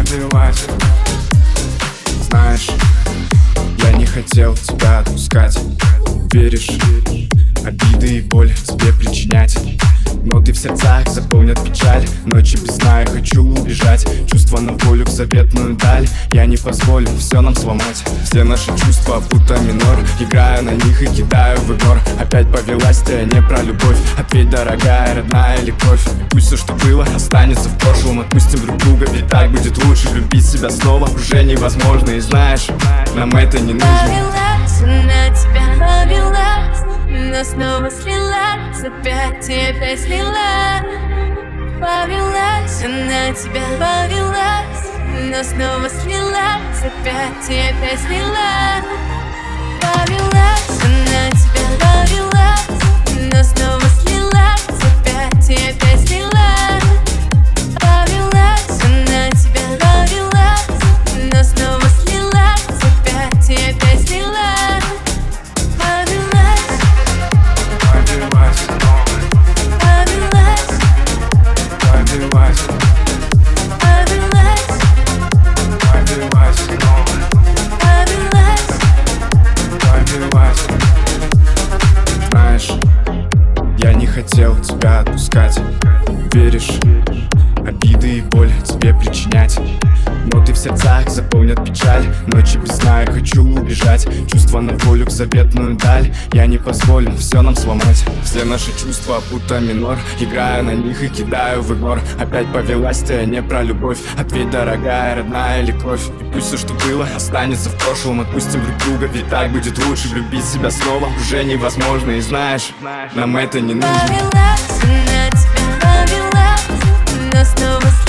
повелась. Знаешь, я не хотел тебя отпускать. Веришь, обиды и боль тебе причинять, но ты в сердцах заполнят печаль. Ночи без сна я хочу убежать. Чувства на волю в заветную даль. Я не позволю все нам сломать. Все наши чувства будто минор. Играю на них и кидаю в игнор. Опять повелась ты, а не про любовь. Ответь, дорогая, родная или кровь. Пусть все, что было, останется в прошлом. Отпустим друг друга, ведь так будет лучше. Любить себя снова уже невозможно. И знаешь, нам это не нужно. Повелась на тебя, повелась, но снова слилась, опять и опять слилась. Повелась на тебя, повелась, но снова слилась, опять и опять слилась. Повелась на тебя, повелась, но снова слилась, опять и опять слилась. Повелась на тебя, повелась, но снова слилась, опять и опять слилась. Знаешь, я не хотел тебя отпускать. Веришь, обиды и боль тебе причинять, но ты в сердцах заполнят печаль. Ночи без сна я хочу убежать. Чувства на волю в заветную даль. Я не позволю все нам сломать. Все наши чувства будто минор. Играю на них и кидаю в игнор. Опять повелась ты, а не про любовь. Ответь, дорогая, родная или кровь. И пусть все, что было, останется в прошлом. Отпустим друг друга, ведь так будет лучше. Любить себя снова уже невозможно. И знаешь, нам это не нужно. Повелась на тебя, повелась, но снова